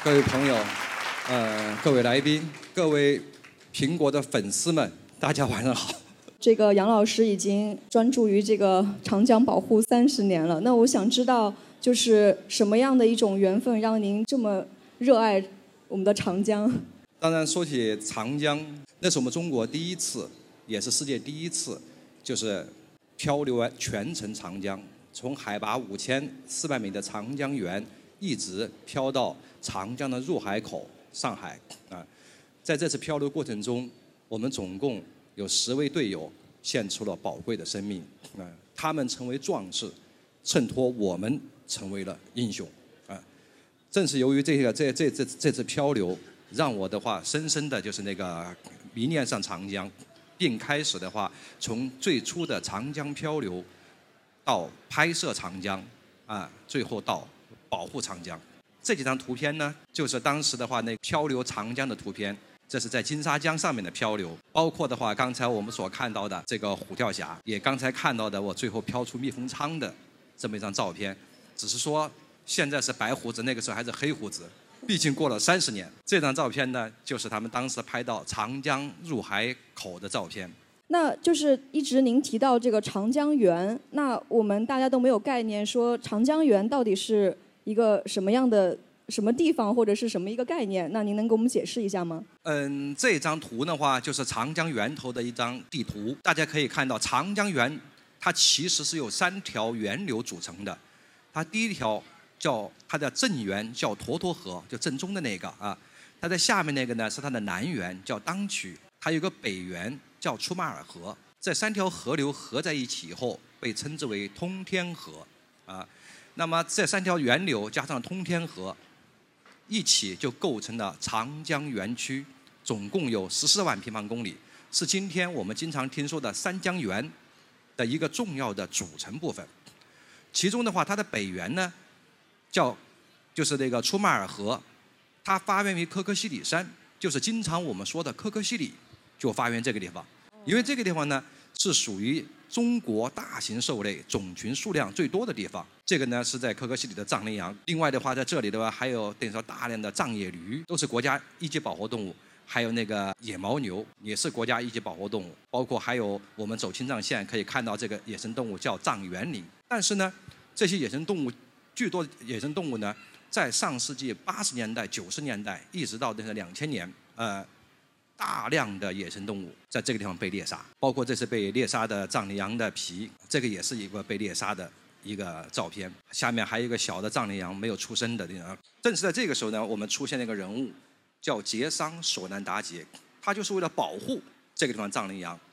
各位朋友，各位来宾，各位苹果的粉丝们，大家晚上好。 这个杨老师已经专注于这个长江保护30年了，那我想知道，就是什么样的一种缘分让您这么热爱我们的长江？ 当然，说起长江，那是我们中国第一次，也是世界第一次，就是漂流全程长江，从海拔5400米的长江源一直漂到长江的入海口上海啊。在这次漂流过程中，我们总共有10位队友献出了宝贵的生命啊，他们成为壮士，衬托我们成为了英雄啊。正是由于这次漂流，让我的话深深的就是那个迷恋上长江，并开始的话从最初的长江漂流到拍摄长江啊，最后到保护长江。这几张图片呢，就是当时的话那漂流长江的图片。这是在金沙江上面的漂流，包括的话，刚才我们所看到的这个虎跳峡，也刚才看到的我最后漂出蜜蜂舱的这么一张照片。只是说现在是白胡子，那个时候还是黑胡子，毕竟过了30年。这张照片呢，就是他们当时拍到长江入海口的照片。 那就是一直您提到这个长江源，那我们大家都没有概念，说长江源到底是一个什么样的？什么地方或者是什么一个概念？那您能给我们解释一下吗？ 这张图的话，就是长江源头的一张地图。大家可以看到，长江源它其实是由3条源流组成的。它第一条叫它的正源，叫沱沱河，就正宗的那个啊。它在下面那个呢是它的南源，叫当曲。还有一个北源叫出马尔河。这3条河流合在一起以后，被称之为通天河啊。那么这3条源流加上通天河，一起就构成了长江源区，总共有14万平方公里，是今天我们经常听说的3江源的一个重要的组成部分。其中的话，它的北源呢，就是那个出马尔河，它发源于可可西里山，就是经常我们说的可可西里，就发源这个地方。因为这个地方呢，是属于中国大型兽类种群数量最多的地方。这个呢是在可可西里的藏羚羊。另外的话，在这里的话还有等于说大量的藏野驴，都是国家一级保护动物。还有那个野牦牛，也是国家一级保护动物。包括还有我们走青藏线可以看到这个野生动物叫藏原羚。但是呢，这些野生动物，巨多野生动物呢，在上世纪80年代、90年代，一直到这个2000年，大量的野生动物在这个地方被猎杀，包括这次被猎杀的藏羚羊的皮，这个也是一个被猎杀的一个照片。下面还有一个小的藏羚羊没有出生的地方。正是在这个时候呢，我们出现了一个人物，叫杰桑索南达杰，他就是为了保护这个地方藏羚羊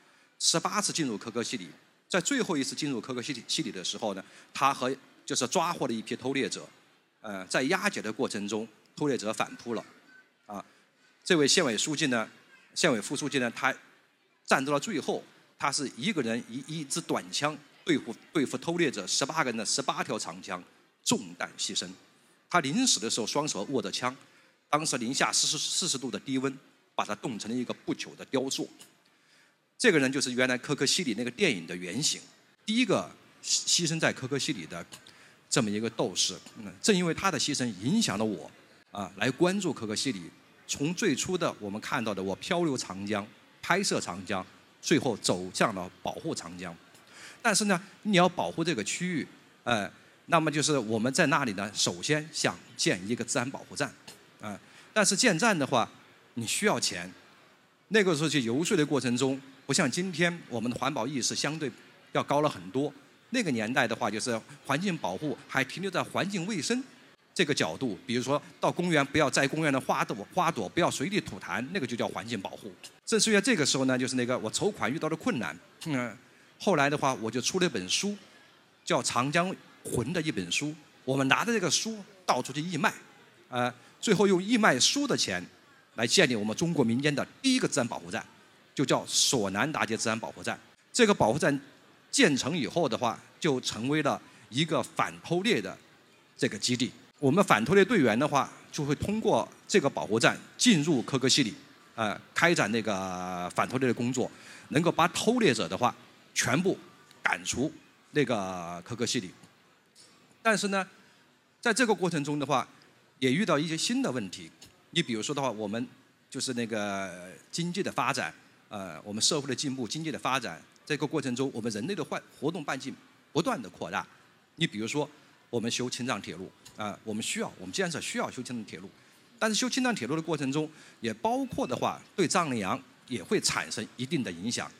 18次进入可可西里，在最后一次进入可可西里的时候呢，他就是抓获了一批偷猎者，在押解的过程中，偷猎者反扑了，这位县委副书记呢，他站到了最后，他是一个人一支短枪对付偷猎者18个人的18条长枪，中弹牺牲。他临死的时候双手握着枪，当时零下40度的低温，把他冻成了一个不朽的雕塑。这个人就是原来可可西里那个电影的原型，第一个牺牲在可可西里的这么一个斗士。正因为他的牺牲，影响了我来关注可可西里。从最初的我们看到的我漂流长江、拍摄长江，最后走向了保护长江。但是呢，你要保护这个区域，那么就是我们在那里呢，首先想建一个自然保护站，但是建站的话，你需要钱。那个时候去游说的过程中，不像今天我们的环保意识相对要高了很多。那个年代的话，就是环境保护还停留在环境卫生这个角度，比如说到公园不要摘公园的花朵，不要随地吐痰，那个就叫环境保护。正是因为这个时候呢，就是那个我筹款遇到了困难，后来的话我就出了一本书，叫《长江魂》的一本书。我们拿着这个书到处去义卖，最后用义卖书的钱来建立我们中国民间的第一个自然保护站，就叫索南达杰自然保护站。这个保护站建成以后的话，就成为了一个反偷猎的这个基地。我们反偷猎队员的话，就会通过这个保护站进入可可西里，开展那个反偷猎的工作，能够把偷猎者的话全部赶出那个可可西里。但是呢，在这个过程中的话， 也遇到一些新的问题。你比如说的话，我们就是那个经济的发展，我们社会的进步、经济的发展，这个过程中，我们人类的活动半径不断的扩大。你比如说，我们修青藏铁路我们建设需要修青藏铁路，但是修青藏铁路的过程中，也包括的话对藏羚羊也会产生一定的影响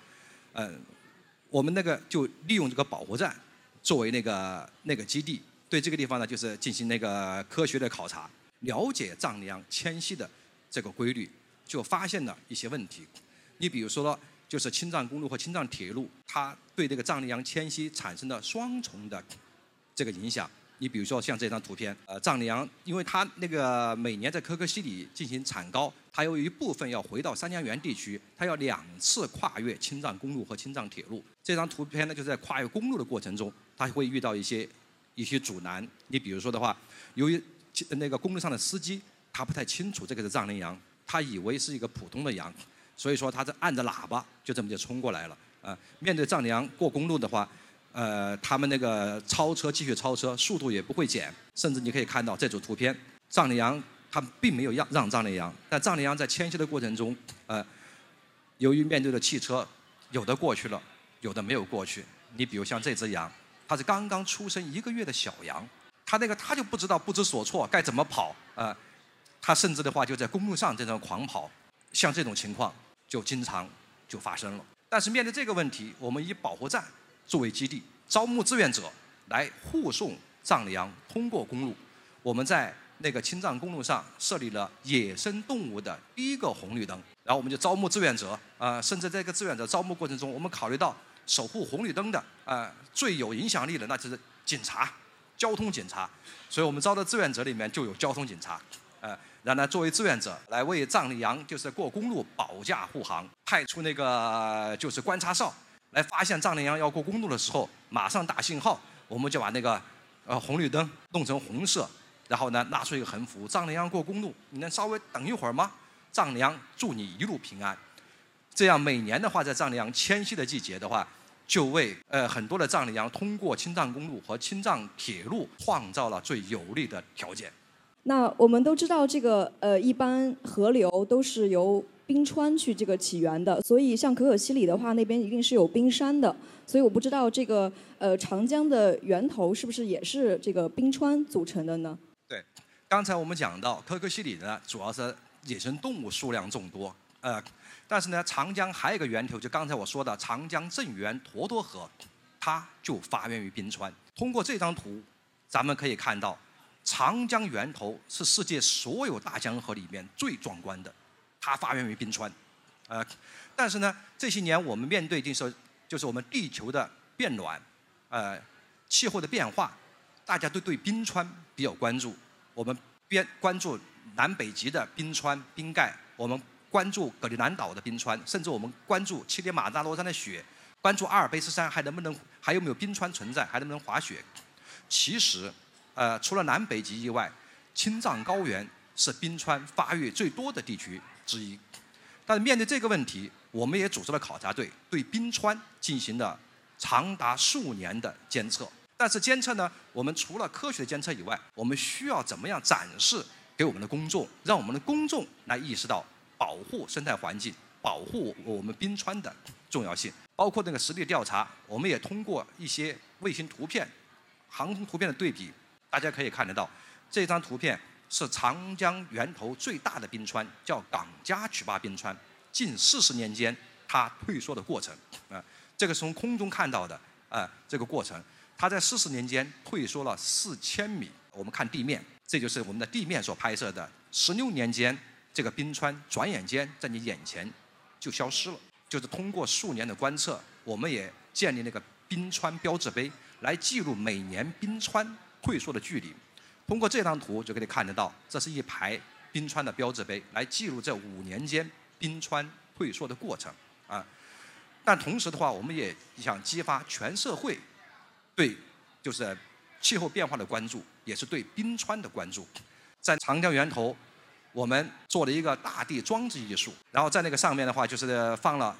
我们那个就利用这个保护站作为那个基地，对这个地方呢就是进行那个科学的考察，了解藏羚羊迁徙的这个规律，就发现了一些问题。你比如说就是青藏公路和青藏铁路，它对这个藏羚羊迁徙产生了双重的这个影响。你比如说像这张图片，藏羚羊因为它那个每年在可可西里进行产高，它有一部分要回到三江源地区，它要2次跨越青藏公路和青藏铁路。这张图片呢，就是在跨越公路的过程中，它会遇到一些阻拦。你比如说的话，由于那个公路上的司机他不太清楚这个是藏羚羊，他以为是一个普通的羊，所以说他按着喇叭就这么就冲过来了面对藏羚羊过公路的话，他们那个继续超车，速度也不会减，甚至你可以看到这组图片，藏羚羊它并没有让藏羚羊，但藏羚羊在迁徙的过程中，由于面对的汽车，有的过去了，有的没有过去。你比如像这只羊，它是刚刚出生1个月的小羊，它就不知所措，该怎么跑它甚至的话就在公路上这种狂跑，像这种情况就经常就发生了。但是面对这个问题，我们以保护站作为基地，招募志愿者来护送藏羚羊通过公路。我们在那个青藏公路上设立了野生动物的第一个红绿灯，然后我们就招募志愿者甚至在这个志愿者招募过程中，我们考虑到守护红绿灯的最有影响力的那就是警察，交通警察，所以我们招的志愿者里面就有交通警察然后作为志愿者来为藏羚羊就是过公路保驾护航，派出那个就是观察哨来发现藏羚羊要过公路的时候，马上打信号，我们就把那个红绿灯弄成红色，然后呢拉出一个横幅，藏羚羊过公路，你能稍微等一会儿吗？藏羚羊祝你一路平安。这样每年的话，在藏羚羊迁徙的季节的话，就为很多的藏羚羊通过青藏公路和青藏铁路创造了最有利的条件。 那我们都知道，这个一般河流都是由冰川去这个起源的，所以像可可西里的话，那边一定是有冰山的。所以我不知道这个长江的源头是不是也是这个冰川组成的呢？ 对，刚才我们讲到可可西里呢，主要是野生动物数量众多，但是呢，长江还有一个源头，就刚才我说的长江正源沱沱河，它就发源于冰川。通过这张图，咱们可以看到，长江源头是世界所有大江河里面最壮观的，它发源于冰川。但是呢，这些年我们面对就是我们地球的变暖，气候的变化，大家都对冰川比较关注。我们关注南北极的冰川冰盖，我们关注格陵兰岛的冰川，甚至我们关注乞力马扎罗山的雪，关注阿尔卑斯山还有没有冰川存在，还能不能滑雪。其实除了南北极以外，青藏高原是冰川发育最多的地区之一。但是面对这个问题，我们也组织了考察队，对冰川进行了长达数年的监测。但是监测呢，我们除了科学的监测以外，我们需要怎么样展示给我们的公众，让我们的公众来意识到保护生态环境、保护我们冰川的重要性。包括那个实地调查，我们也通过一些卫星图片、航空图片的对比，大家可以看得到，这张图片是长江源头最大的冰川，叫冈加曲巴冰川，近40年间它退缩的过程这个是从空中看到的这个过程，它在40年间退缩了4000米。我们看地面，这就是我们的地面所拍摄的，16年间这个冰川转眼间在你眼前就消失了。就是通过数年的观测，我们也建立那个冰川标志碑，来记录每年冰川退缩的距离。通过这张图就可以看得到，这是一排冰川的标志碑，来记录这5年间冰川退缩的过程但同时的话，我们也想激发全社会对就是气候变化的关注，也是对冰川的关注。在长江源头，我们做了一个大地装置艺术，然后在那个上面的话，就是放了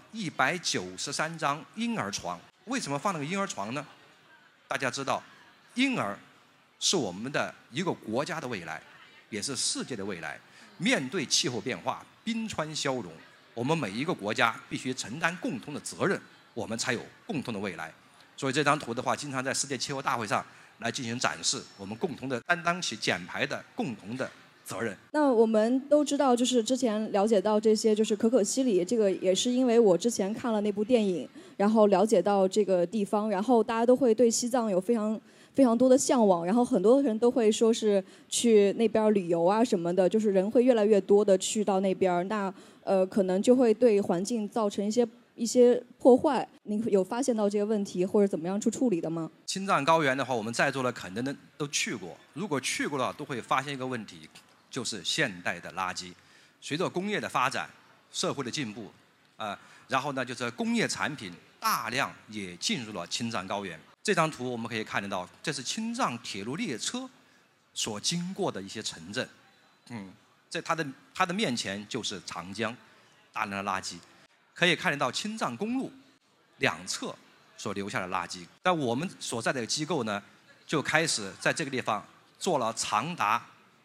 193张婴儿床。为什么放那个婴儿床呢？大家知道，婴儿是我们的一个国家的未来， 也是世界的未来。面对气候变化、冰川消融，我们每一个国家必须承担共同的责任，我们才有共同的未来。所以这张图的话，经常在世界气候大会上来进行展示，我们共同的担当起减排的共同的责任。 那我们都知道，就是之前了解到这些，就是可可西里，这个也是因为我之前看了那部电影，然后了解到这个地方，然后大家都会对西藏有非常多的向往，然后很多人都会说是去那边旅游啊什么的，就是人会越来越多的去到那边，那可能就会对环境造成一些破坏。您有发现到这个问题，或者怎么样去处理的吗？ 青藏高原的话，我们在座的肯定都去过，如果去过了，都会发现一个问题，就是现代的垃圾。随着工业的发展，社会的进步，然后呢，就是工业产品大量也进入了青藏高原。这张图我们可以看得到，这是青藏铁路列车所经过的一些城镇。在它的面前就是长江，大量的垃圾。可以看得到青藏公路两侧所留下的垃圾。但我们所在的机构呢，就开始在这个地方做了长达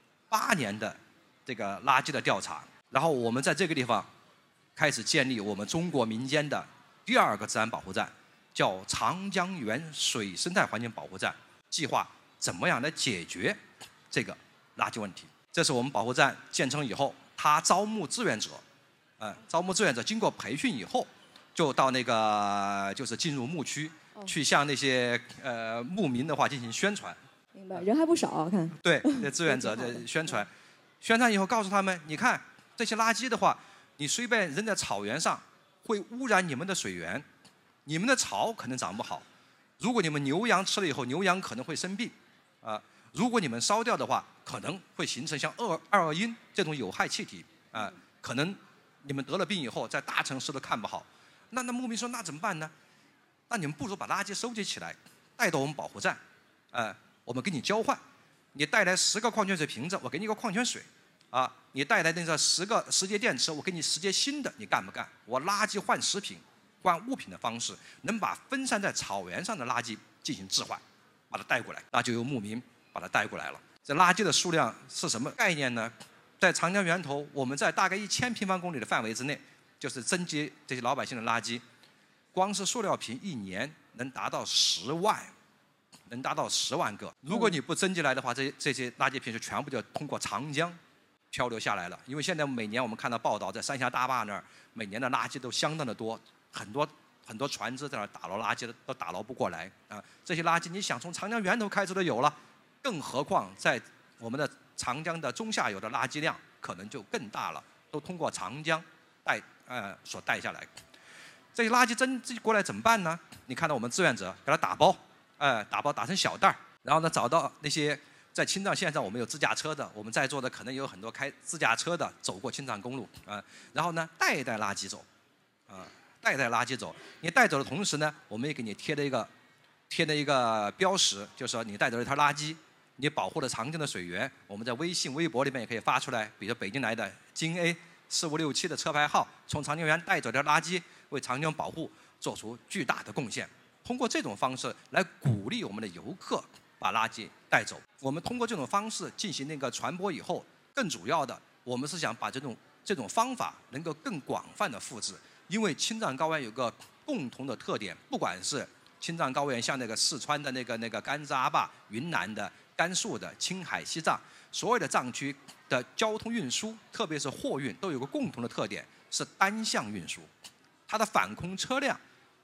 8年的这个垃圾的调查。然后我们在这个地方开始建立我们中国民间的第2个自然保护站，叫长江源水生态环境保护站，计划怎么样来解决这个垃圾问题。这是我们保护站建成以后，他招募志愿者，经过培训以后，就到那个就是进入牧区，去向那些牧民的话进行宣传。 明白，人还不少，看。 对，这志愿者的宣传以后告诉他们，你看这些垃圾的话，你随便扔在草原上，会污染你们的水源，你们的草可能长不好。如果你们牛羊吃了以后，牛羊可能会生病，如果你们烧掉的话，可能会形成像二恶英这种有害气体，可能你们得了病以后，在大城市都看不好。那牧民说，那怎么办呢？那你们不如把垃圾收集起来，带到我们保护站，我们给你交换。你带来10个矿泉水瓶子，我给你一个矿泉水，你带来那个10节电池，我给你10节新的，你干不干？我垃圾换食品、换物品的方式，能把分散在草原上的垃圾进行置换，把它带过来，那就由牧民把它带过来了。这垃圾的数量是什么概念呢？在长江源头，我们在大概1000平方公里的范围之内，就是征集这些老百姓的垃圾，光是塑料瓶1年能达到10万个。如果你不征集来的话，这些垃圾瓶就全部就通过长江漂流下来了。因为现在每年我们看到报道，在三峡大坝那儿，每年的垃圾都相当的多，很多船只在那儿打捞垃圾都打捞不过来这些垃圾你想从长江源头开出的有了，更何况在我们的长江的中下游的垃圾量可能就更大了，都通过长江所带下来。这些垃圾征集过来怎么办呢？你看到我们志愿者给它打包，打成小袋儿，然后呢找到那些在青藏线上我们有自驾车的，我们在座的可能有很多开自驾车的走过青藏公路然后呢带垃圾走，带垃圾走。你带走的同时呢，我们也给你贴了一个标识，就是说你带走了一条垃圾，你保护了长江的水源。我们在微信、微博里面也可以发出来，比如北京来的京 A4567的车牌号，从长江源带走的垃圾，为长江保护做出巨大的贡献。通过这种方式来鼓励我们的游客把垃圾带走。我们通过这种方式进行那个传播以后，更主要的，我们是想把这种方法能够更广泛的复制。因为青藏高原有个共同的特点，不管是青藏高原像那个四川的那个甘孜阿坝、云南的、甘肃的、青海、西藏，所有的藏区的交通运输，特别是货运，都有个共同的特点，是单向运输。它的反空车辆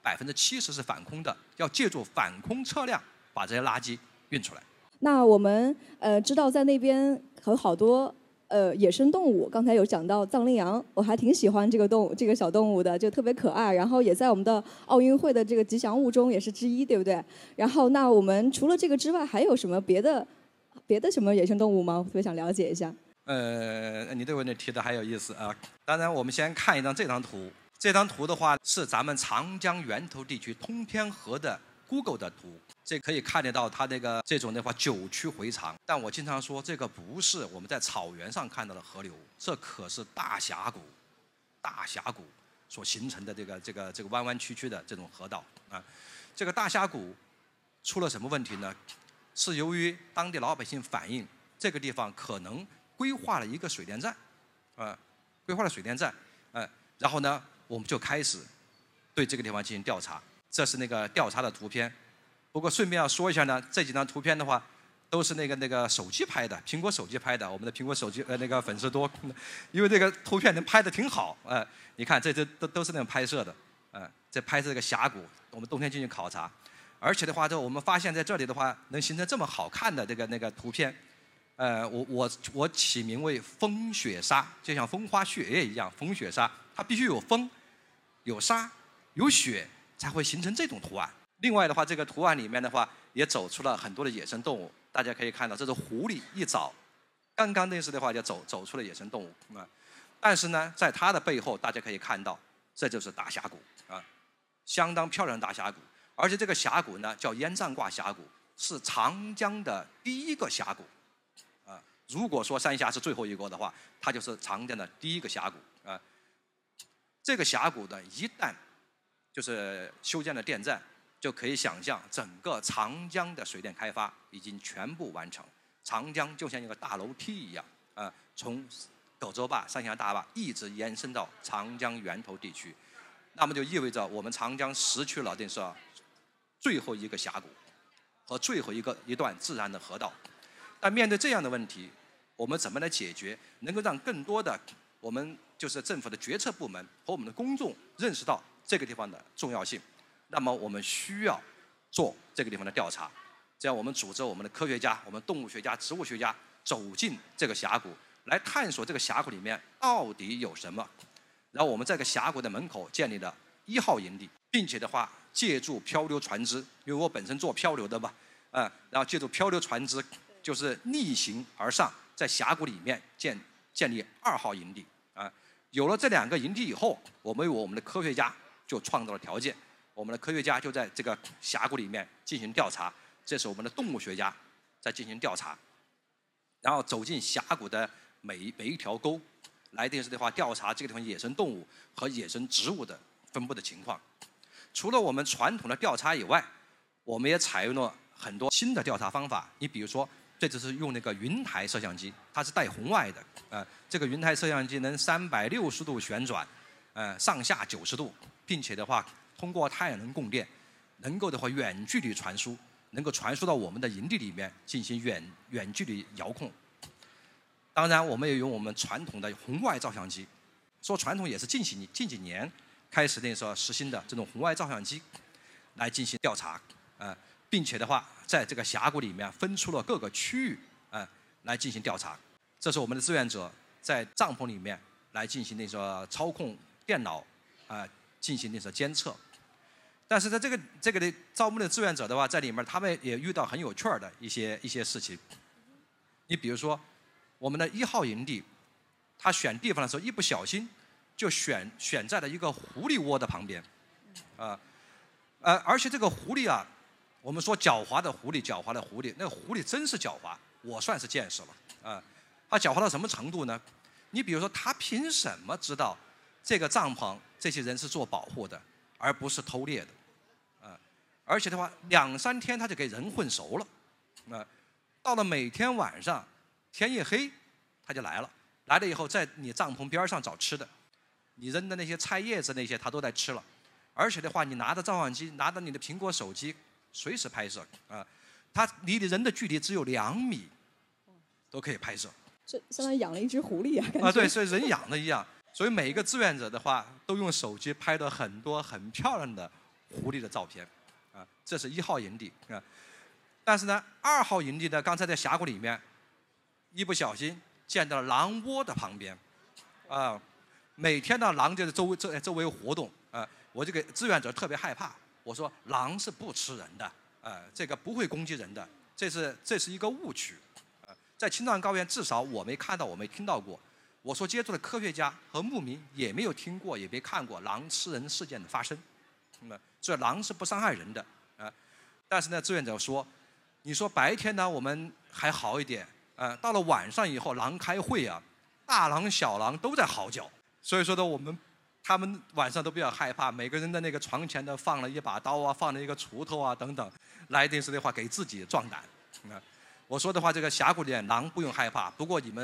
70%是反空的，要借助反空车辆把这些垃圾运出来。 那我们知道在那边有好多野生动物，刚才有讲到藏羚羊，我还挺喜欢这个小动物的，就特别可爱，然后也在我们的奥运会的这个吉祥物中也是之一，对不对？然后那我们除了这个之外，还有什么别的什么野生动物吗？我特别想了解一下。 你这个问题提的还有意思啊。当然，我们先看这张图。这张图的话是咱们长江源头地区通天河的 Google 的图，这可以看得到它这种的话9曲回肠。但我经常说，这个不是我们在草原上看到的河流，这可是大峡谷所形成的这个弯弯曲曲的这种河道这个大峡谷出了什么问题呢？是由于当地老百姓反映，这个地方可能规划了一个水电站，规划了水电站，然后呢，我们就开始对这个地方进行调查。这是那个调查的图片。不过顺便要说一下呢，这几张图片的话，都是那个手机拍的，苹果手机拍的。我们的苹果手机那个粉丝多，因为这个图片能拍得挺好，你看这都是那种拍摄的，这拍摄这个峡谷，我们冬天进行考察，而且的话，我们发现在这里的话，能形成这么好看的那个图片，我起名为风雪沙，就像风花雪月一样，风雪沙，它必须有风、有沙、有雪，才会形成这种图案。另外的话，这个图案里面的话，也走出了很多的野生动物。大家可以看到，这是狐狸一早，刚刚那时的话就走出了野生动物但是呢，在它的背后，大家可以看到，这就是大峡谷相当漂亮的大峡谷。而且这个峡谷呢，叫烟帐挂峡谷，是长江的第一个峡谷如果说三峡是最后一个的话，它就是长江的第一个峡谷这个峡谷呢，一旦就是修建了电站，就可以想象整个长江的水电开发已经全部完成。长江就像一个大楼梯一样，从葛洲坝、三峡大坝一直延伸到长江源头地区，那么就意味着我们长江失去了说最后一个峡谷和最后一段自然的河道。但面对这样的问题，我们怎么来解决，能够让更多的我们就是政府的决策部门和我们的公众认识到这个地方的重要性？那么我们需要做这个地方的调查，这样我们组织我们的科学家、我们动物学家、植物学家走进这个峡谷，来探索这个峡谷里面到底有什么。然后我们在这个峡谷的门口建立了1号营地，并且的话借助漂流船只，因为我本身做漂流的嘛，然后借助漂流船只，就是逆行而上，在峡谷里面建立2号营地有了这2个营地以后，我们的科学家就创造了条件。我们的科学家就在这个峡谷里面进行调查，这是我们的动物学家在进行调查，然后走进峡谷的每一条沟，来的话调查这个地方野生动物和野生植物的分布的情况。除了我们传统的调查以外，我们也采用了很多新的调查方法。你比如说，这只是用那个云台摄像机，它是带红外的，这个云台摄像机能360度旋转，上下90度，并且的话，通过太阳能供电，能够的话远距离传输，能够传输到我们的营地里面进行远距离遥控。当然，我们也用我们传统的红外照相机，说传统也是近几年开始实行的这种红外照相机来进行调查，并且的话，在这个峡谷里面分出了各个区域，来进行调查。这是我们的志愿者在帐篷里面来进行操控电脑，进行监测。但是在这个的招募的志愿者的话，在里面他们也遇到很有趣的一些事情。你比如说，我们的1号营地，他选地方的时候一不小心就选在了一个狐狸窝的旁边，而且这个狐狸我们说狡猾的狐狸，那个狐狸真是狡猾，我算是见识了它狡猾到什么程度呢？你比如说，它凭什么知道这个帐篷这些人是做保护的，而不是偷猎的？而且的话，2、3天它就给人混熟了，到了每天晚上天一黑，它就来了以后，在你帐篷边上找吃的，你扔的那些菜叶子那些，它都在吃了。而且的话，你拿着照相机，拿着你的苹果手机，随时拍摄它离你人的距离只有2米，都可以拍摄。 这相当于养了一只狐狸感觉。 对，所以人养的一样。所以每一个志愿者的话，都用手机拍了很多很漂亮的狐狸的照片这是1号营地但是呢，2号营地呢，刚才在峡谷里面，一不小心见到了狼窝的旁边每天呢，狼就在周围活动我这个志愿者特别害怕，我说狼是不吃人的这个不会攻击人的，这是一个误区在青藏高原至少我没看到，我没听到过。我所接触的科学家和牧民也没有听过，也没看过狼吃人事件的发生。所以狼是不伤害人的但是呢，志愿者说，你说白天呢我们还好一点到了晚上以后，狼开会大狼小狼都在嚎叫。所以说呢，他们晚上都比较害怕，每个人的那个床前呢放了一把刀放了一个锄头等等，来电时的话给自己壮胆我说的话，这个峡谷里狼不用害怕，不过你们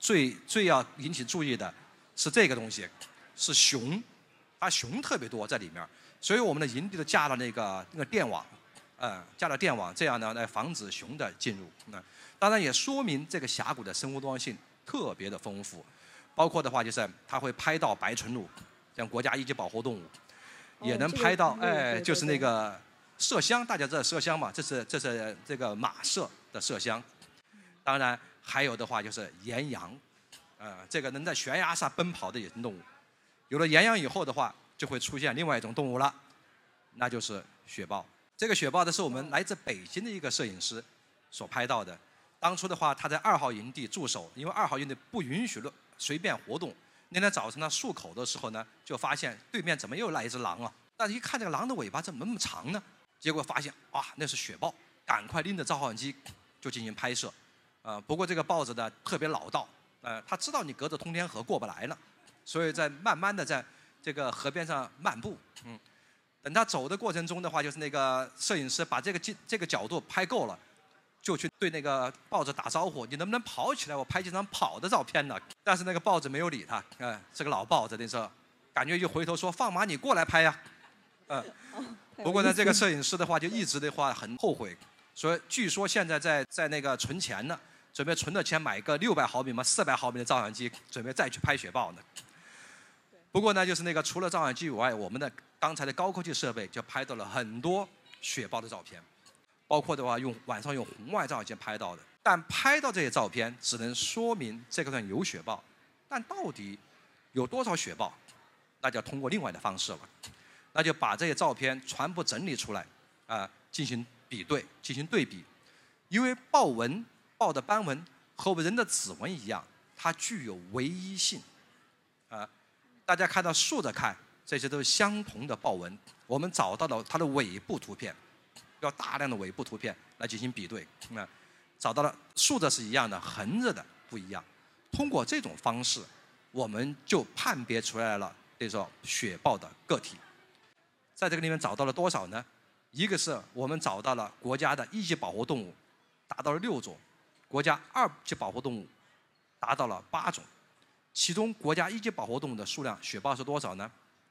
最要引起注意的是这个东西，是熊，它熊特别多在里面，所以我们的营地都架了那个电网，架了电网，这样呢来防止熊的进入。当然也说明这个峡谷的生物多样性特别的丰富，包括的话就是它会拍到白唇鹿，像国家一级保护动物，也能拍到就是那个麝香，大家知道麝香嘛？这是这个马麝的麝香。当然还有的话就是岩羊，这个能在悬崖上奔跑的野生动物。有了岩羊以后的话，就会出现另外一种动物了，那就是雪豹。这个雪豹的是我们来自北京的一个摄影师所拍到的。当初的话，他在2号营地驻守，因为2号营地不允许随便活动。那天早晨他漱口的时候呢，就发现对面怎么又来一只狼啊？但是一看这个狼的尾巴怎么那么长呢？结果发现哇，那是雪豹，赶快拎着照相机就进行拍摄。不过这个豹子呢特别老道，他知道你隔着通天河过不来了，所以在慢慢的在这个河边上漫步。等他走的过程中的话，就是那个摄影师把这个角度拍够了，就去对那个豹子打招呼：“你能不能跑起来？我拍几张跑的照片呢？”但是那个豹子没有理他，是个老豹子，那时候感觉就回头说：“放马，你过来拍呀。”不过呢，这个摄影师的话就一直的话很后悔，所以据说现在在那个存钱呢，准备存的钱买个600毫米嘛400毫米的照相机，准备再去拍雪豹呢。不过呢，就是那个除了照相机以外，我们的刚才的高科技设备就拍到了很多雪豹的照片，包括的话晚上用红外照相机拍到的。但拍到这些照片只能说明这个地方有雪豹，但到底有多少雪豹，那就要通过另外的方式了，那就把这些照片全部整理出来，进行比对，进行对比。因为豹的斑纹和我们人的指纹一样，它具有唯一性。大家看到竖着看，这些都是相同的豹纹。我们找到了它的尾部图片，要大量的尾部图片来进行比对。找到了竖着是一样的，横着的不一样。通过这种方式，我们就判别出来了这种雪豹的个体。在这个里面找到了多少呢？一个是我们找到了国家的1级保护动物，达到了6种；国家2级保护动物达到了8种。其中国家1级保护动物的数量，雪豹是多少呢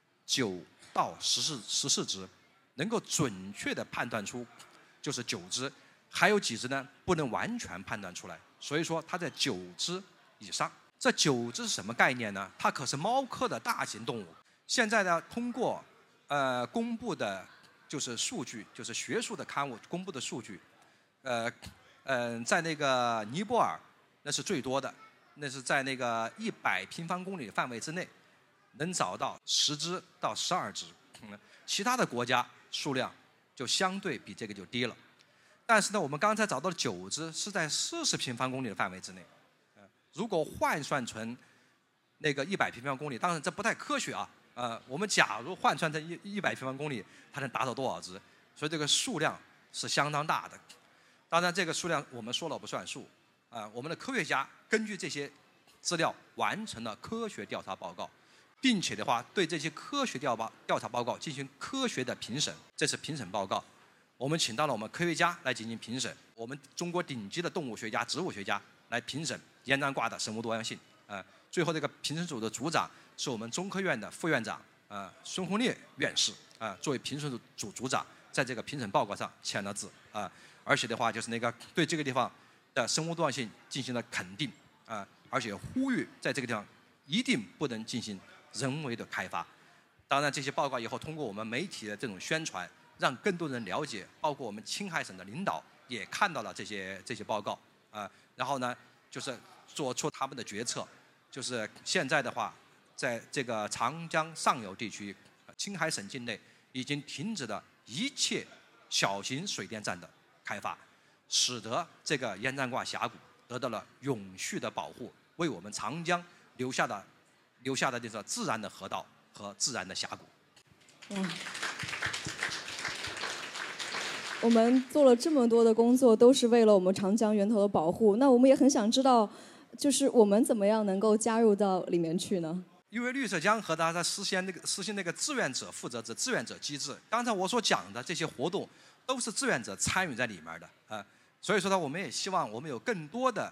？9到14只，能够准确的判断出就是9只，还有几只呢不能完全判断出来，所以说它在9只以上。这9只是什么概念呢？它可是猫科的大型动物。现在呢，通过公布的就是数据，就是学术的刊物公布的数据，在那个尼泊尔那是最多的。那是在那个100平方公里范围之内，能找到10只到12只。其他的国家数量就相对比这个就低了。但是呢，我们刚才找到的9只是在40平方公里的范围之内。如果换算成那个100平方公里，当然这不太科学啊。我们假如换算成100平方公里，它能达到多少只？所以这个数量是相当大的。当然，这个数量我们说了不算数。我们的科学家根据这些资料完成了科学调查报告，并且的话对这些科学调查报告进行科学的评审。这是评审报告，我们请到了我们科学家来进行评审，我们中国顶级的动物学家、植物学家来评审烟毡挂的生物多样性。最后这个评审组的组长是我们中科院的副院长孙红烈院士作为评审组组长，在这个评审报告上签了字而且的话就是那个对这个地方的生物多样性进行了肯定而且呼吁在这个地方一定不能进行人为的开发。当然，这些报告以后通过我们媒体的这种宣传，让更多人了解，包括我们青海省的领导也看到了这些报告然后呢，就是做出他们的决策，就是现在的话，在这个长江上游地区，青海省境内已经停止了一切小型水电站的开发。使得这个烟毡挂峡谷得到了永续的保护，为我们长江留下的这个自然的河道和自然的峡谷。 我们做了这么多的工作，都是为了我们长江源头的保护。那我们也很想知道，就是我们怎么样能够加入到里面去呢？ 因为绿色江河它在实行那个志愿者负责制、志愿者机制。刚才我所讲的这些活动，都是志愿者参与在里面的所以说呢，我们也希望我们有更多的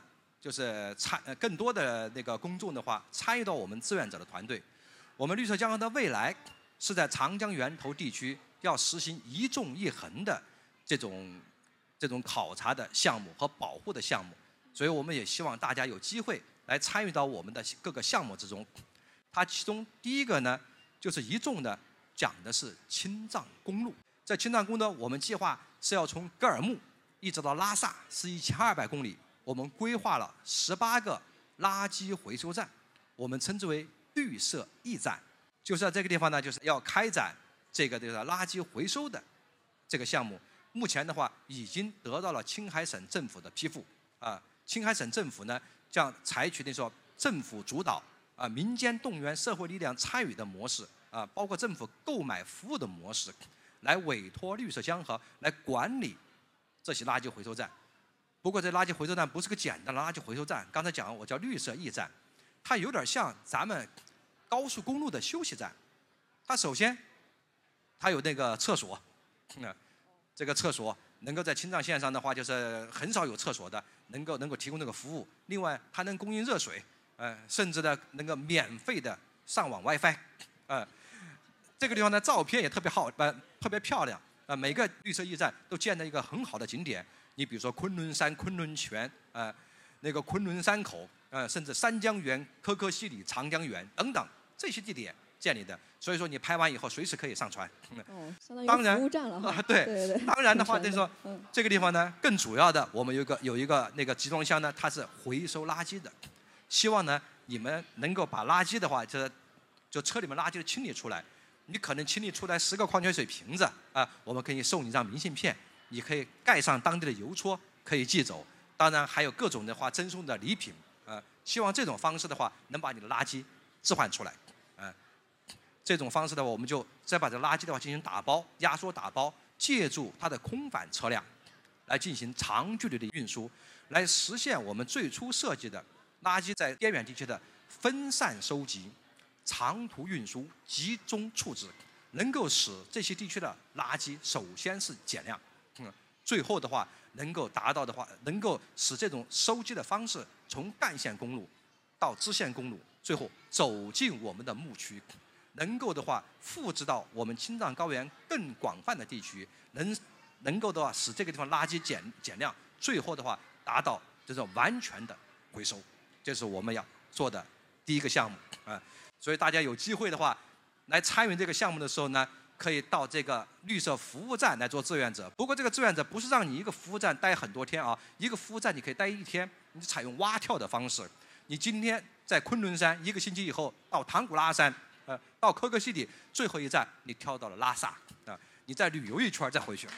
就是更多的那个公众的话参与到我们志愿者的团队。我们绿色江河的未来是在长江源头地区要实行一纵一横的这种考察的项目和保护的项目，所以我们也希望大家有机会来参与到我们的各个项目之中。它其中第一个呢，就是一纵呢讲的是青藏公路。在青藏公路，我们计划是要从格尔木一直到拉萨，是1200公里。我们规划了18个垃圾回收站，我们称之为绿色驿站。就是在这个地方呢，就是要开展这个垃圾回收的这个项目。目前的话，已经得到了青海省政府的批复啊。青海省政府呢，将采取政府主导啊、民间动员、社会力量参与的模式啊，包括政府购买服务的模式，来委托绿色江河来管理这些垃圾回收站。不过这垃圾回收站不是个简单的垃圾回收站，刚才讲我叫绿色驿站，它有点像咱们高速公路的休息站。它首先它有那个厕所，这个厕所能够在青藏线上的话，就是很少有厕所的，能够提供这个服务。另外，它能供应热水，甚至呢能够免费的上网 WiFi，这个地方的照片也特别好，特别漂亮。每个绿色驿站都建在一个很好的景点。你比如说昆仑山、昆仑泉，那个昆仑山口，甚至三江源、可可西里、长江源等等这些地点建立的。所以说你拍完以后随时可以上传。 相当于服务站了哈。对。 当然的话，就是说这个地方呢，更主要的，我们有一个那个集装箱呢，它是回收垃圾的。希望呢你们能够把垃圾的话，就车里面垃圾清理出来。你可能清理出来10个矿泉水瓶子啊，我们可以送你一张明信片。你可以盖上当地的邮戳，可以寄走。当然还有各种的话赠送的礼品，希望这种方式的话能把你的垃圾置换出来，这种方式的话，我们就再把这垃圾的话进行打包、压缩打包，借助它的空返车辆来进行长距离的运输，来实现我们最初设计的垃圾在边远地区的分散收集、长途运输、集中处置，能够使这些地区的垃圾首先是减量。最后的话，能够达到的话，能够使这种收集的方式从干线公路到支线公路，最后走进我们的牧区，能够的话复制到我们青藏高原更广泛的地区，能够的话使这个地方垃圾减量，最后的话达到这种完全的回收，这是我们要做的第一个项目啊。所以大家有机会的话，来参与这个项目的时候呢，可以到这个绿色服务站来做志愿者。不过这个志愿者不是让你一个服务站待很多天啊，一个服务站你可以待1天，你采用蛙跳的方式。你今天在昆仑山，1个星期以后到唐古拉山，到可可西里，最后一站你跳到了拉萨啊，你再旅游一圈再回去。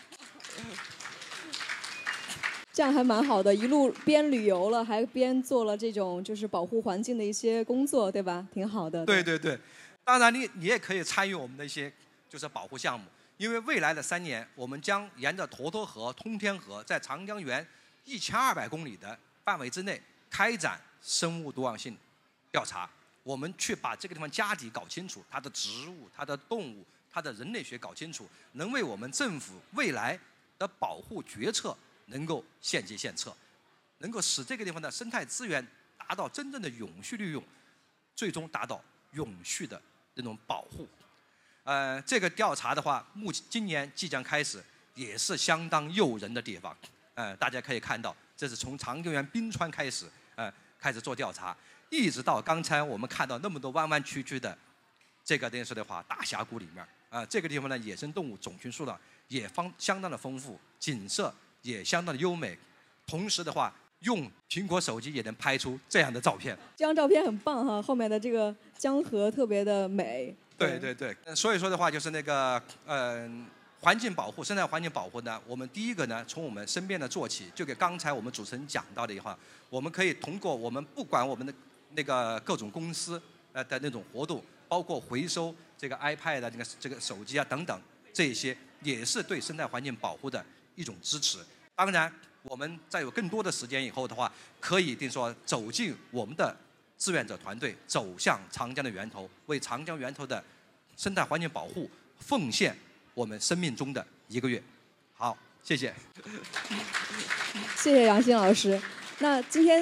这样还蛮好的，一路边旅游了，还边做了这种就是保护环境的一些工作，对吧？挺好的。 对，当然你也可以参与我们的一些就是保护项目，因为未来的3年，我们将沿着沱沱河、通天河，在长江源1200公里的范围之内开展生物多样性调查。我们去把这个地方家底搞清楚，它的植物、它的动物、它的人类学搞清楚，能为我们政府未来的保护决策能够献计献策，能够使这个地方的生态资源达到真正的永续利用，最终达到永续的这种保护。这个调查的话，今年即将开始，也是相当诱人的地方。大家可以看到，这是从长江源冰川开始，开始做调查，一直到刚才我们看到那么多弯弯曲曲的这个等于说的话大峡谷里面，这个地方的野生动物种群数量也相当的丰富，景色也相当的优美。同时的话，用苹果手机也能拍出这样的照片。 这张照片很棒哈，后面的这个江河特别的美。 对，所以说的话就是那个环境保护、生态环境保护呢，我们第一个呢从我们身边的做起，就给刚才我们主持人讲到的话，我们可以通过我们不管我们的那个各种公司的那种活动，包括回收这个 iPad 的这个手机啊等等，这些也是对生态环境保护的一种支持。当然，我们在有更多的时间以后的话，可以说走进我们的志愿者团队，走向长江的源头，为长江源头的生态环境保护奉献我们生命中的1个月。好，谢谢。 谢谢杨鑫老师。那今天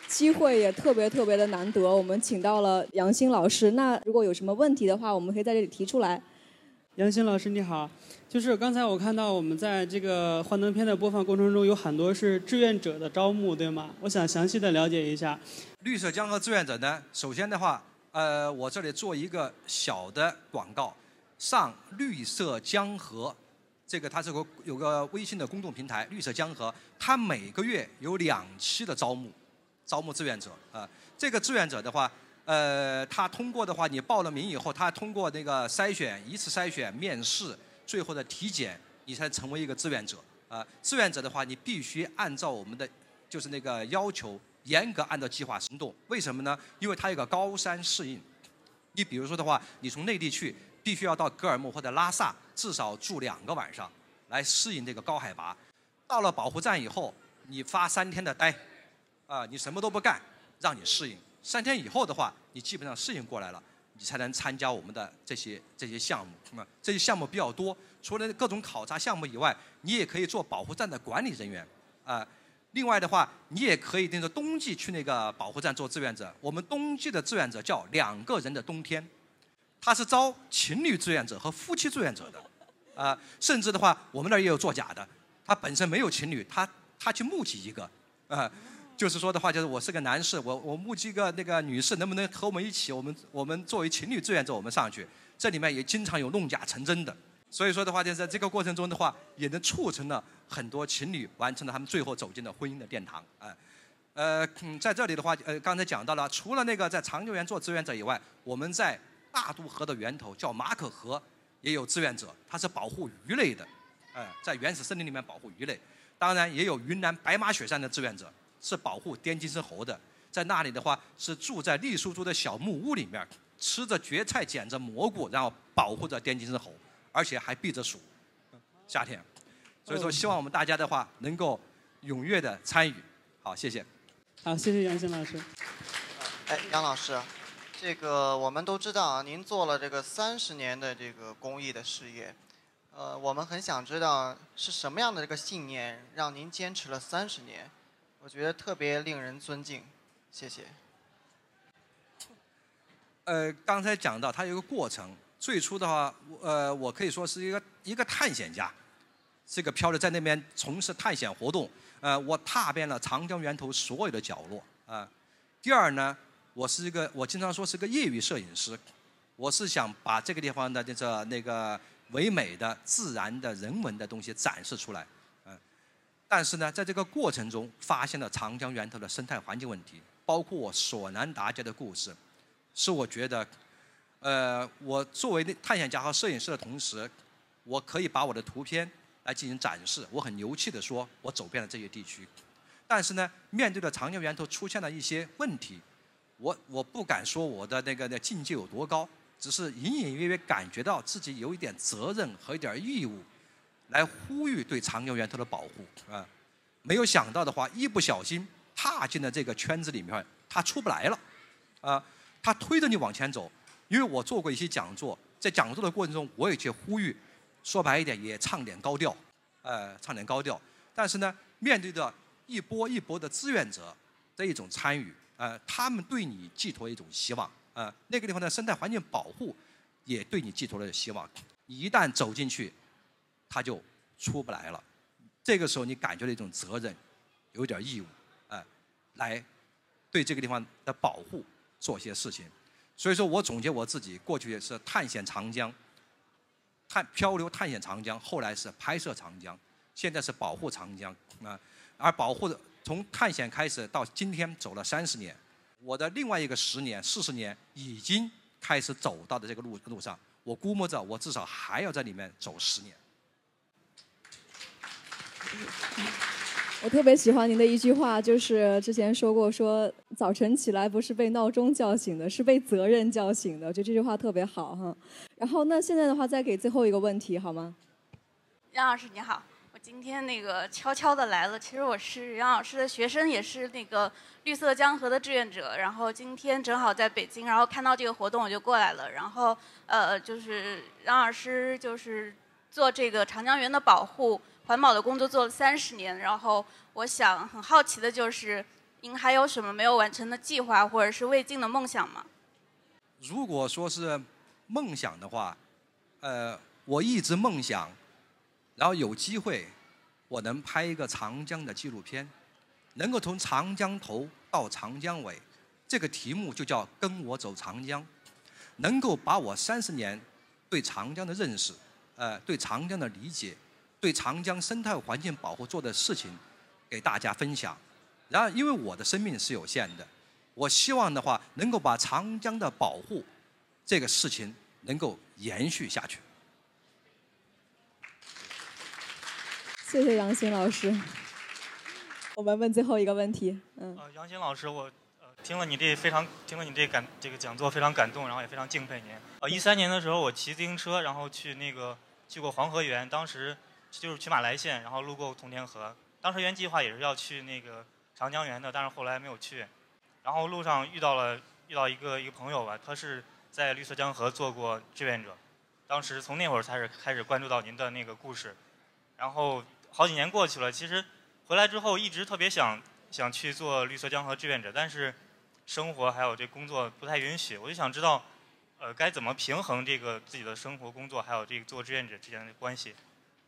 机会也特别特别的难得，我们请到了杨欣老师。那如果有什么问题的话，我们可以在这里提出来。 杨欣老师你好，就是刚才我看到我们在这个幻灯片的播放过程中有很多是志愿者的招募，对吗？我想详细的了解一下。 绿色江河志愿者呢，首先的话，我这里做一个小的广告，上绿色江河，这个它是有个微信的公众平台，绿色江河，它每个月有2期的招募志愿者这个志愿者的话，他通过的话，你报了名以后，他通过那个筛选，一次筛选、面试，最后的体检，你才成为一个志愿者志愿者的话，你必须按照我们的就是那个要求，严格按照计划行动。为什么呢？因为它有个高山适应。你比如说的话，你从内地去，必须要到格尔木或者拉萨，至少住2个晚上，来适应这个高海拔。到了保护站以后，你发3天的呆。你什么都不干，让你适应。3天以后的话，你基本上适应过来了，你才能参加我们的这些项目。这些项目比较多，除了各种考察项目以外，你也可以做保护站的管理人员另外的话，你也可以那个冬季去那个保护站做志愿者。我们冬季的志愿者叫2个人的冬天，他是招情侣志愿者和夫妻志愿者的甚至的话，我们那儿也有作假的，他本身没有情侣，他去募集一个就是说的话，就是我是个男士，我募集个那个女士，能不能和我们一起？我们作为情侣志愿者，我们上去，这里面也经常有弄假成真的。所以说的话，就在这个过程中的话，也能促成了很多情侣完成了他们最后走进了婚姻的殿堂在这里的话，刚才讲到了，除了那个在长江源做志愿者以外，我们在大渡河的源头叫马可河也有志愿者，它是保护鱼类的，在原始森林里面保护鱼类。当然也有云南白马雪山的志愿者。是保护滇金丝猴的，在那里的话是住在栗树珠的小木屋里面，吃着蕨菜，捡着蘑菇，然后保护着滇金丝猴，而且还避着暑，夏天。所以说，希望我们大家的话能够踊跃的参与。好，谢谢。 好，谢谢杨欣老师。 杨老师，这个我们都知道啊，您做了这个30年的这个公益的事业，我们很想知道是什么样的这个信念让您坚持了30年。我觉得特别令人尊敬，谢谢。 刚才讲到它有一个过程，最初的话，我可以说是一个探险家，是一个漂流在那边从事探险活动。我踏遍了长江源头所有的角落第二呢，我经常说是个业余摄影师，我是想把这个地方的那个唯美的、自然的、人文的东西展示出来。但是呢，在这个过程中发现了长江源头的生态环境问题，包括我索南达杰的故事，是我觉得，我作为探险家和摄影师的同时，我可以把我的图片来进行展示。我很牛气地说，我走遍了这些地区。但是呢，面对着长江源头出现了一些问题，我不敢说我的那个境界有多高，只是隐隐约约感觉到自己有一点责任和一点义务。来呼吁对长江源头的保护没有想到的话，一不小心踏进了这个圈子里面，他出不来了他推着你往前走。因为我做过一些讲座，在讲座的过程中，我也去呼吁，说白一点，也唱点高调，唱点高调。但是呢，面对着一波一波的志愿者的一种参与，他们对你寄托一种希望，那个地方的生态环境保护也对你寄托了希望。你一旦走进去，他就出不来了，这个时候你感觉到一种责任，有点义务，来对这个地方的保护做些事情。所以说我总结我自己，过去是探险长江，漂流探险长江，后来是拍摄长江，现在是保护长江而保护的从探险开始到今天走了30年，我的另外一个10年、40年已经开始走到的这个路上，我估摸着我至少还要在里面走10年。 我特别喜欢您的一句话，就是之前说过，说早晨起来不是被闹钟叫醒的，是被责任叫醒的。我觉得这句话特别好哈。然后那现在的话，再给最后一个问题好吗？ 杨老师你好，我今天悄悄的来了。其实我是杨老师的学生，也是绿色江河的志愿者。然后今天正好在北京，然后看到这个活动我就过来了。然后就是杨老师就是做这个长江源的保护。环保的工作做了30年，然后我想很好奇的就是， 您还有什么没有完成的计划，或者是未尽的梦想吗？ 如果说是梦想的话，我一直梦想，然后有机会，我能拍一个长江的纪录片，能够从长江头到长江尾，这个题目就叫“跟我走长江”，能够把我30年对长江的认识，对长江的理解，对长江生态环境保护做的事情，给大家分享。然后，因为我的生命是有限的，我希望的话，能够把长江的保护这个事情能够延续下去。 谢谢杨鑫老师。我们问最后一个问题。 杨鑫老师，我听了你这个讲座非常感动，然后也非常敬佩您。13年的时候，我骑自行车，然后去过黄河源，当时就是去马来县，然后路过通天河。当时原计划也是要去那个长江源的，但是后来没有去。然后路上遇到一个朋友吧，他是在绿色江河做过志愿者，当时从那会儿开始关注到您的那个故事。然后好几年过去了，其实回来之后一直特别想去做绿色江河志愿者，但是生活还有这工作不太允许。我就想知道，该怎么平衡这个自己的生活、工作还有这个做志愿者之间的关系？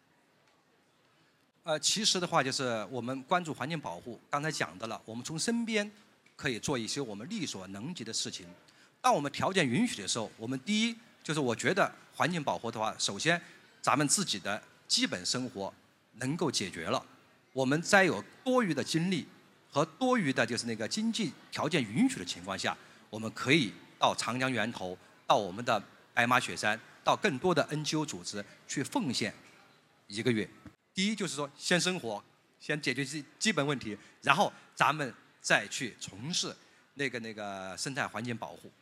其实的话，就是我们关注环境保护，刚才讲的了，我们从身边可以做一些我们力所能及的事情。当我们条件允许的时候，我们第一就是我觉得环境保护的话，首先咱们自己的基本生活能够解决了，我们再有多余的精力和多余的就是那个经济条件允许的情况下，我们可以到长江源头，到我们的白马雪山，到更多的 NGO 组织去奉献1个月。第一就是说，先生活，先解决基本问题，然后咱们再去从事那个生态环境保护。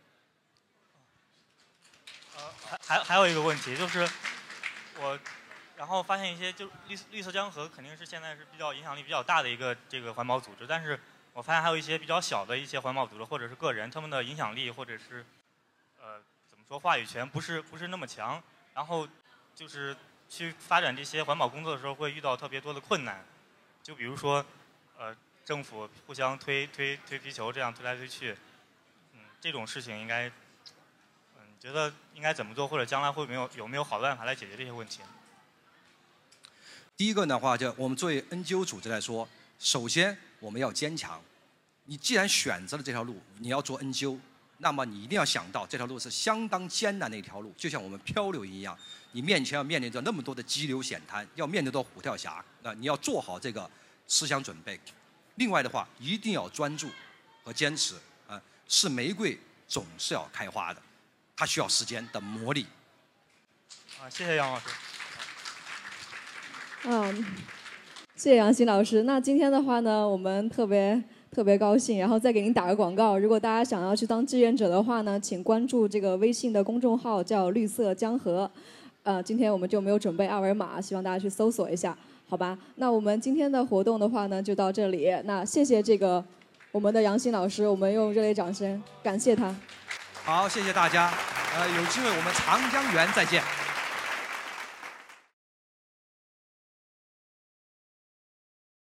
还有一个问题就是然后发现一些就绿色江河肯定是现在是比较影响力比较大的一个这个环保组织，但是我发现还有一些比较小的一些环保组织或者是个人，他们的影响力或者是怎么说话语权不是那么强，然后就是去发展这些环保工作的时候会遇到特别多的困难，就比如说政府互相推皮球，这样推来推去，这种事情应该觉得应该怎么做，或者将来有没有好的办法来解决这些问题？ 第一个的话，就我们作为 NGO 组织来说，首先我们要坚强。你既然选择了这条路，你要做 NGO， 那么你一定要想到这条路是相当艰难的一条路，就像我们漂流一样，你面前要面临着那么多的激流险滩，要面对到虎跳峡，你要做好这个思想准备。另外的话，一定要专注和坚持是玫瑰总是要开花的，它需要时间的磨砺。 谢谢杨老师。 谢谢杨鑫老师。那今天的话呢，我们特别高兴，然后再给您打个广告。如果大家想要去当志愿者的话呢，请关注这个微信的公众号，叫绿色江河。今天我们就没有准备二维码，希望大家去搜索一下，好吧？那我们今天的活动的话呢，就到这里。那谢谢我们的杨鑫老师，我们用热烈掌声感谢他。 好，谢谢大家。有机会我们长江源再见。